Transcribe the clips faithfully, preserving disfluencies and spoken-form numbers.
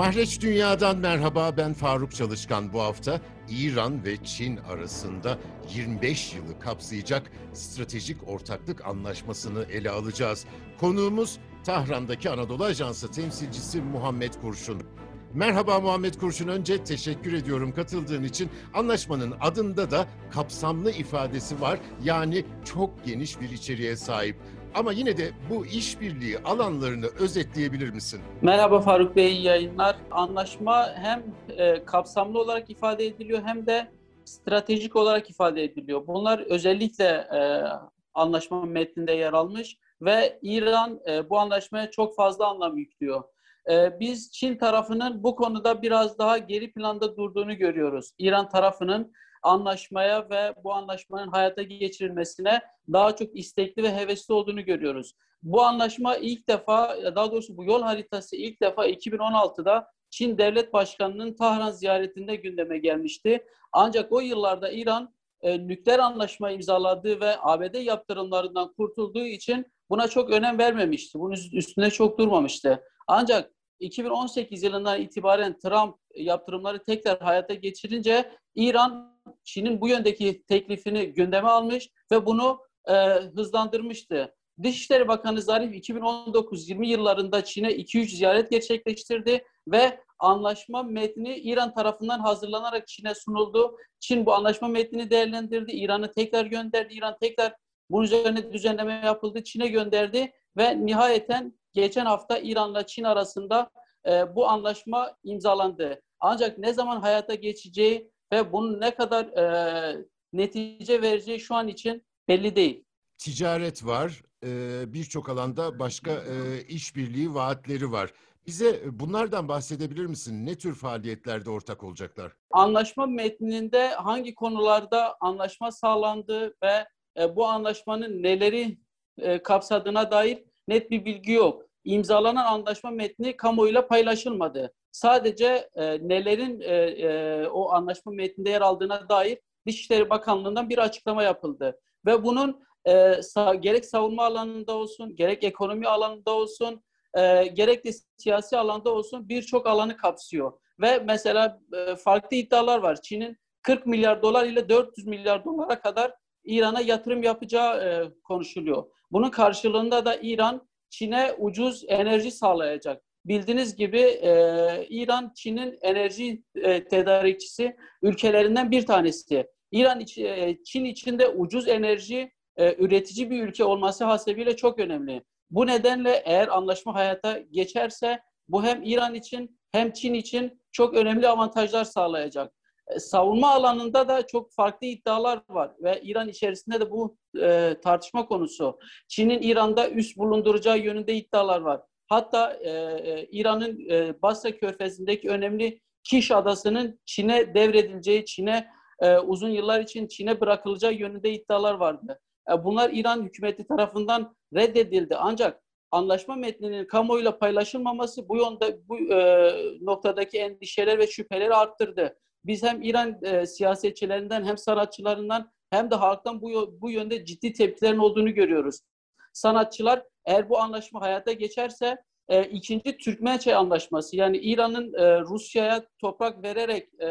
Mahreç Dünya'dan merhaba, ben Faruk Çalışkan. Bu hafta İran ve Çin arasında yirmi beş yılı kapsayacak stratejik ortaklık anlaşmasını ele alacağız. Konuğumuz Tahran'daki Anadolu Ajansı temsilcisi Muhammed Kurşun. Merhaba Muhammed Kurşun, önce teşekkür ediyorum katıldığın için. Anlaşmanın adında da kapsamlı ifadesi var, yani çok geniş bir içeriğe sahip. Ama yine de bu işbirliği alanlarını özetleyebilir misin? Merhaba Faruk Bey, iyi yayınlar. Anlaşma hem e, kapsamlı olarak ifade ediliyor hem de stratejik olarak ifade ediliyor. Bunlar özellikle e, anlaşma metninde yer almış ve İran e, bu anlaşmaya çok fazla anlam yüklüyor. E, biz Çin tarafının bu konuda biraz daha geri planda durduğunu görüyoruz. İran tarafının anlaşmaya ve bu anlaşmanın hayata geçirilmesine daha çok istekli ve hevesli olduğunu görüyoruz. Bu anlaşma ilk defa, daha doğrusu bu yol haritası ilk defa iki bin on altıda Çin Devlet Başkanı'nın Tahran ziyaretinde gündeme gelmişti. Ancak o yıllarda İran e, nükleer anlaşma imzaladığı ve A B D yaptırımlarından kurtulduğu için buna çok önem vermemişti. Bunun üstüne çok durmamıştı. Ancak iki bin on sekiz yılından itibaren Trump yaptırımları tekrar hayata geçirince İran Çin'in bu yöndeki teklifini gündeme almış ve bunu e, hızlandırmıştı. Dışişleri Bakanı Zarif iki bin on dokuz yirmi yıllarında Çin'e iki üç ziyaret gerçekleştirdi ve anlaşma metni İran tarafından hazırlanarak Çin'e sunuldu. Çin bu anlaşma metnini değerlendirdi, İran'ı tekrar gönderdi, İran tekrar bunun üzerine düzenleme yapıldı, Çin'e gönderdi ve nihayeten geçen hafta İran'la Çin arasında e, bu anlaşma imzalandı. Ancak ne zaman hayata geçeceği ve bunun ne kadar e, netice vereceği şu an için belli değil. Ticaret var, e, birçok alanda başka e, işbirliği vaatleri var. Bize bunlardan bahsedebilir misin? Ne tür faaliyetlerde ortak olacaklar? Anlaşma metninde hangi konularda anlaşma sağlandı ve e, bu anlaşmanın neleri e, kapsadığına dair net bir bilgi yok. İmzalanan anlaşma metni kamuoyuyla paylaşılmadı. Sadece e, nelerin e, e, o anlaşma metninde yer aldığına dair Dışişleri Bakanlığı'ndan bir açıklama yapıldı. Ve bunun e, sa- gerek savunma alanında olsun, gerek ekonomi alanında olsun, e, gerek de siyasi alanda olsun birçok alanı kapsıyor. Ve mesela e, farklı iddialar var. Çin'in kırk milyar dolar ile dört yüz milyar dolara kadar İran'a yatırım yapacağı e, konuşuluyor. Bunun karşılığında da İran Çin'e ucuz enerji sağlayacak. Bildiğiniz gibi e, İran Çin'in enerji e, tedarikçisi ülkelerinden bir tanesi. İran e, Çin içinde ucuz enerji e, üretici bir ülke olması hasebiyle çok önemli. Bu nedenle eğer anlaşma hayata geçerse bu hem İran için hem Çin için çok önemli avantajlar sağlayacak. E, savunma alanında da çok farklı iddialar var ve İran içerisinde de bu e, tartışma konusu. Çin'in İran'da üs bulunduracağı yönünde iddialar var. Hatta e, e, İran'ın e, Basra Körfezi'ndeki önemli Kiş Adası'nın Çin'e devredileceği, Çin'e e, uzun yıllar için Çin'e bırakılacağı yönünde iddialar vardı. E, bunlar İran hükümeti tarafından reddedildi. Ancak anlaşma metninin kamuoyuyla paylaşılmaması bu yönde bu e, noktadaki endişeler ve şüpheleri arttırdı. Biz hem İran e, siyasetçilerinden hem sanatçılarından hem de halktan bu bu yönde ciddi tepkilerin olduğunu görüyoruz. Sanatçılar eğer bu anlaşma hayata geçerse e, ikinci Türkmençay Anlaşması, yani İran'ın e, Rusya'ya toprak vererek e,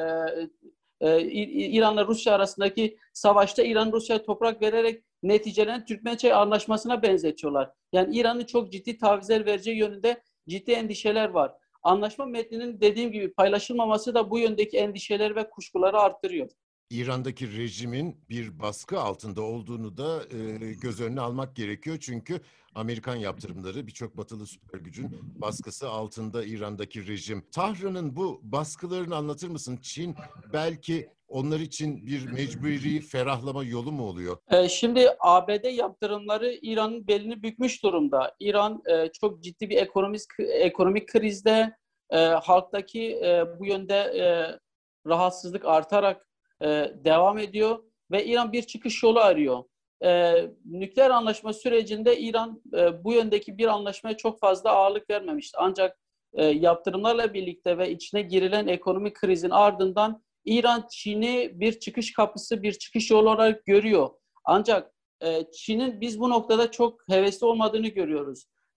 e, İran'la Rusya arasındaki savaşta İran Rusya'ya toprak vererek neticelerini Türkmençay Anlaşması'na benzetiyorlar. Yani İran'ın çok ciddi tavizler vereceği yönünde ciddi endişeler var. Anlaşma metninin dediğim gibi paylaşılmaması da bu yöndeki endişeleri ve kuşkuları arttırıyor. İran'daki rejimin bir baskı altında olduğunu da e, göz önüne almak gerekiyor. Çünkü Amerikan yaptırımları, birçok batılı süper gücün baskısı altında İran'daki rejim. Tahran'ın bu baskılarını anlatır mısın? Çin belki onlar için bir mecburi ferahlama yolu mu oluyor? Ee, şimdi A B D yaptırımları İran'ın belini bükmüş durumda. İran e, çok ciddi bir ekonomik ekonomik krizde, e, halktaki e, bu yönde e, rahatsızlık artarak e, devam ediyor ve İran bir çıkış yolu arıyor. E, nükleer anlaşma sürecinde İran e, bu yöndeki bir anlaşmaya çok fazla ağırlık vermemişti. Ancak e, yaptırımlarla birlikte ve içine girilen ekonomik krizin ardından İran Çin'i bir çıkış kapısı, bir çıkış yolu olarak görüyor. Ancak e, Çin'in biz bu noktada çok hevesli olmadığını görüyoruz.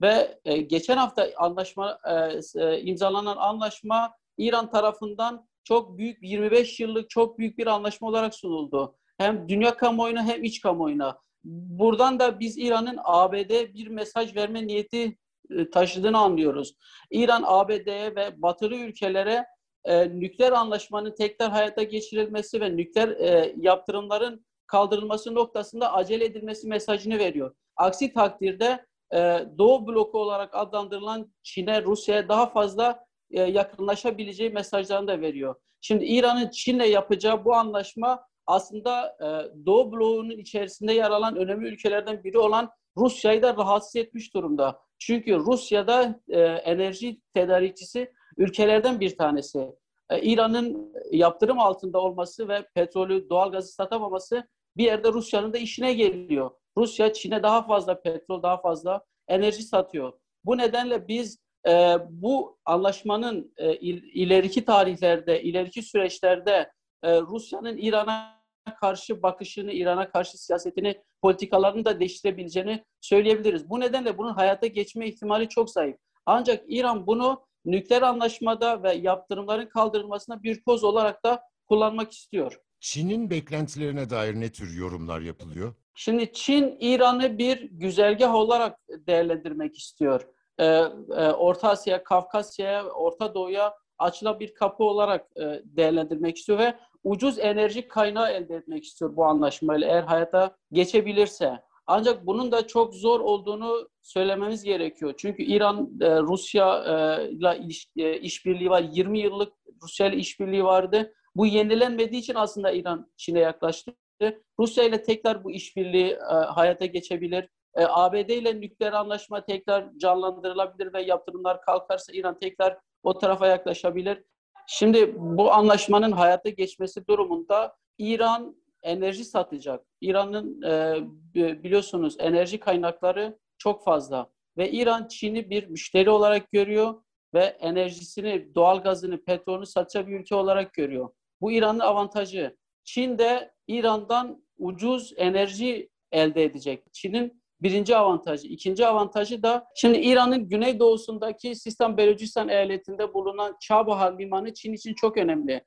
ve e, geçen hafta anlaşma e, imzalanan anlaşma İran tarafından çok büyük, yirmi beş yıllık çok büyük bir anlaşma olarak sunuldu. Hem dünya kamuoyuna hem iç kamuoyuna. Buradan da biz İran'ın A B D'ye bir mesaj verme niyeti e, taşıdığını anlıyoruz. İran A B D'ye ve batılı ülkelere e, nükleer anlaşmanın tekrar hayata geçirilmesi ve nükleer e, yaptırımların kaldırılması noktasında acele edilmesi mesajını veriyor. Aksi takdirde e, Doğu bloku olarak adlandırılan Çin'e, Rusya'ya daha fazla e, yakınlaşabileceği mesajlarını da veriyor. Şimdi İran'ın Çin'le yapacağı bu anlaşma aslında e, Doğu bloğunun içerisinde yer alan önemli ülkelerden biri olan Rusya'yı da rahatsız etmiş durumda. Çünkü Rusya'da e, enerji tedarikçisi ülkelerden bir tanesi. E, İran'ın yaptırım altında olması ve petrolü, doğalgazı satamaması bir yerde Rusya'nın da işine geliyor. Rusya Çin'e daha fazla petrol, daha fazla enerji satıyor. Bu nedenle biz e, bu anlaşmanın e, il, ileriki tarihlerde, ileriki süreçlerde e, Rusya'nın İran'a karşı bakışını, İran'a karşı siyasetini, politikalarını da değiştirebileceğini söyleyebiliriz. Bu nedenle bunun hayata geçme ihtimali çok zayıf. Ancak İran bunu nükleer anlaşmada ve yaptırımların kaldırılmasına bir koz olarak da kullanmak istiyor. Çin'in beklentilerine dair ne tür yorumlar yapılıyor? Şimdi Çin, İran'ı bir güzergah olarak değerlendirmek istiyor. Ee, e, Orta Asya, Kafkasya'ya, Orta Doğu'ya açılan bir kapı olarak e, değerlendirmek istiyor ve ucuz enerji kaynağı elde etmek istiyor bu anlaşmayla eğer hayata geçebilirse. Ancak bunun da çok zor olduğunu söylememiz gerekiyor. Çünkü İran, e, Rusya e, ile iş, e, işbirliği var. yirmi yıllık Rusya ile işbirliği vardı. Bu yenilenmediği için aslında İran Çin'e yaklaştı. Rusya ile tekrar bu işbirliği e, hayata geçebilir. E, A B D ile nükleer anlaşma tekrar canlandırılabilir ve yaptırımlar kalkarsa İran tekrar o tarafa yaklaşabilir. Şimdi bu anlaşmanın hayata geçmesi durumunda İran enerji satacak. İran'ın e, biliyorsunuz enerji kaynakları çok fazla ve İran Çin'i bir müşteri olarak görüyor ve enerjisini, doğalgazını, petrolünü satacak bir ülke olarak görüyor. Bu İran'ın avantajı. Çin de İran'dan ucuz enerji elde edecek. Çin'in birinci avantajı. İkinci avantajı da şimdi İran'ın güneydoğusundaki Sistan Belucistan eyaletinde bulunan Çabahar Limanı Çin için çok önemli.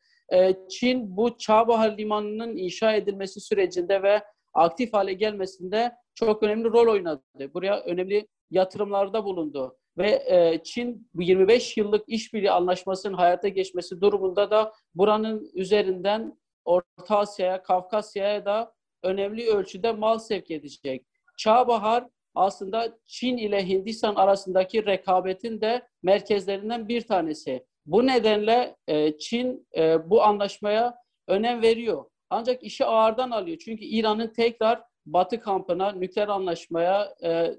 Çin bu Çabahar Limanı'nın inşa edilmesi sürecinde ve aktif hale gelmesinde çok önemli rol oynadı. Buraya önemli yatırımlarda bulundu. Ve Çin bu yirmi beş yıllık işbirliği anlaşmasının hayata geçmesi durumunda da buranın üzerinden Orta Asya'ya, Kafkasya'ya da önemli ölçüde mal sevk edecek. Çabahar aslında Çin ile Hindistan arasındaki rekabetin de merkezlerinden bir tanesi. Bu nedenle Çin bu anlaşmaya önem veriyor. Ancak işi ağırdan alıyor. Çünkü İran'ın tekrar Batı kampına, nükleer anlaşmaya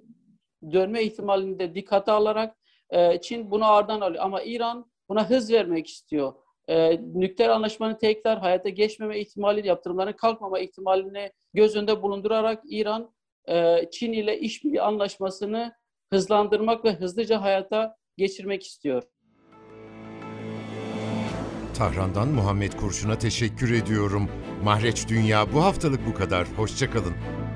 dönme ihtimalini de dikkate alarak Çin bunu ağırdan alıyor. Ama İran buna hız vermek istiyor. E, nükleer anlaşmanın tekrar hayata geçmeme ihtimali, yaptırımların kalkmama ihtimalini göz önünde bulundurarak İran, e, Çin ile işbirliği anlaşmasını hızlandırmak ve hızlıca hayata geçirmek istiyor. Tahran'dan Muhammed Kurşun'a teşekkür ediyorum. Mahreç Dünya bu haftalık bu kadar. Hoşça kalın.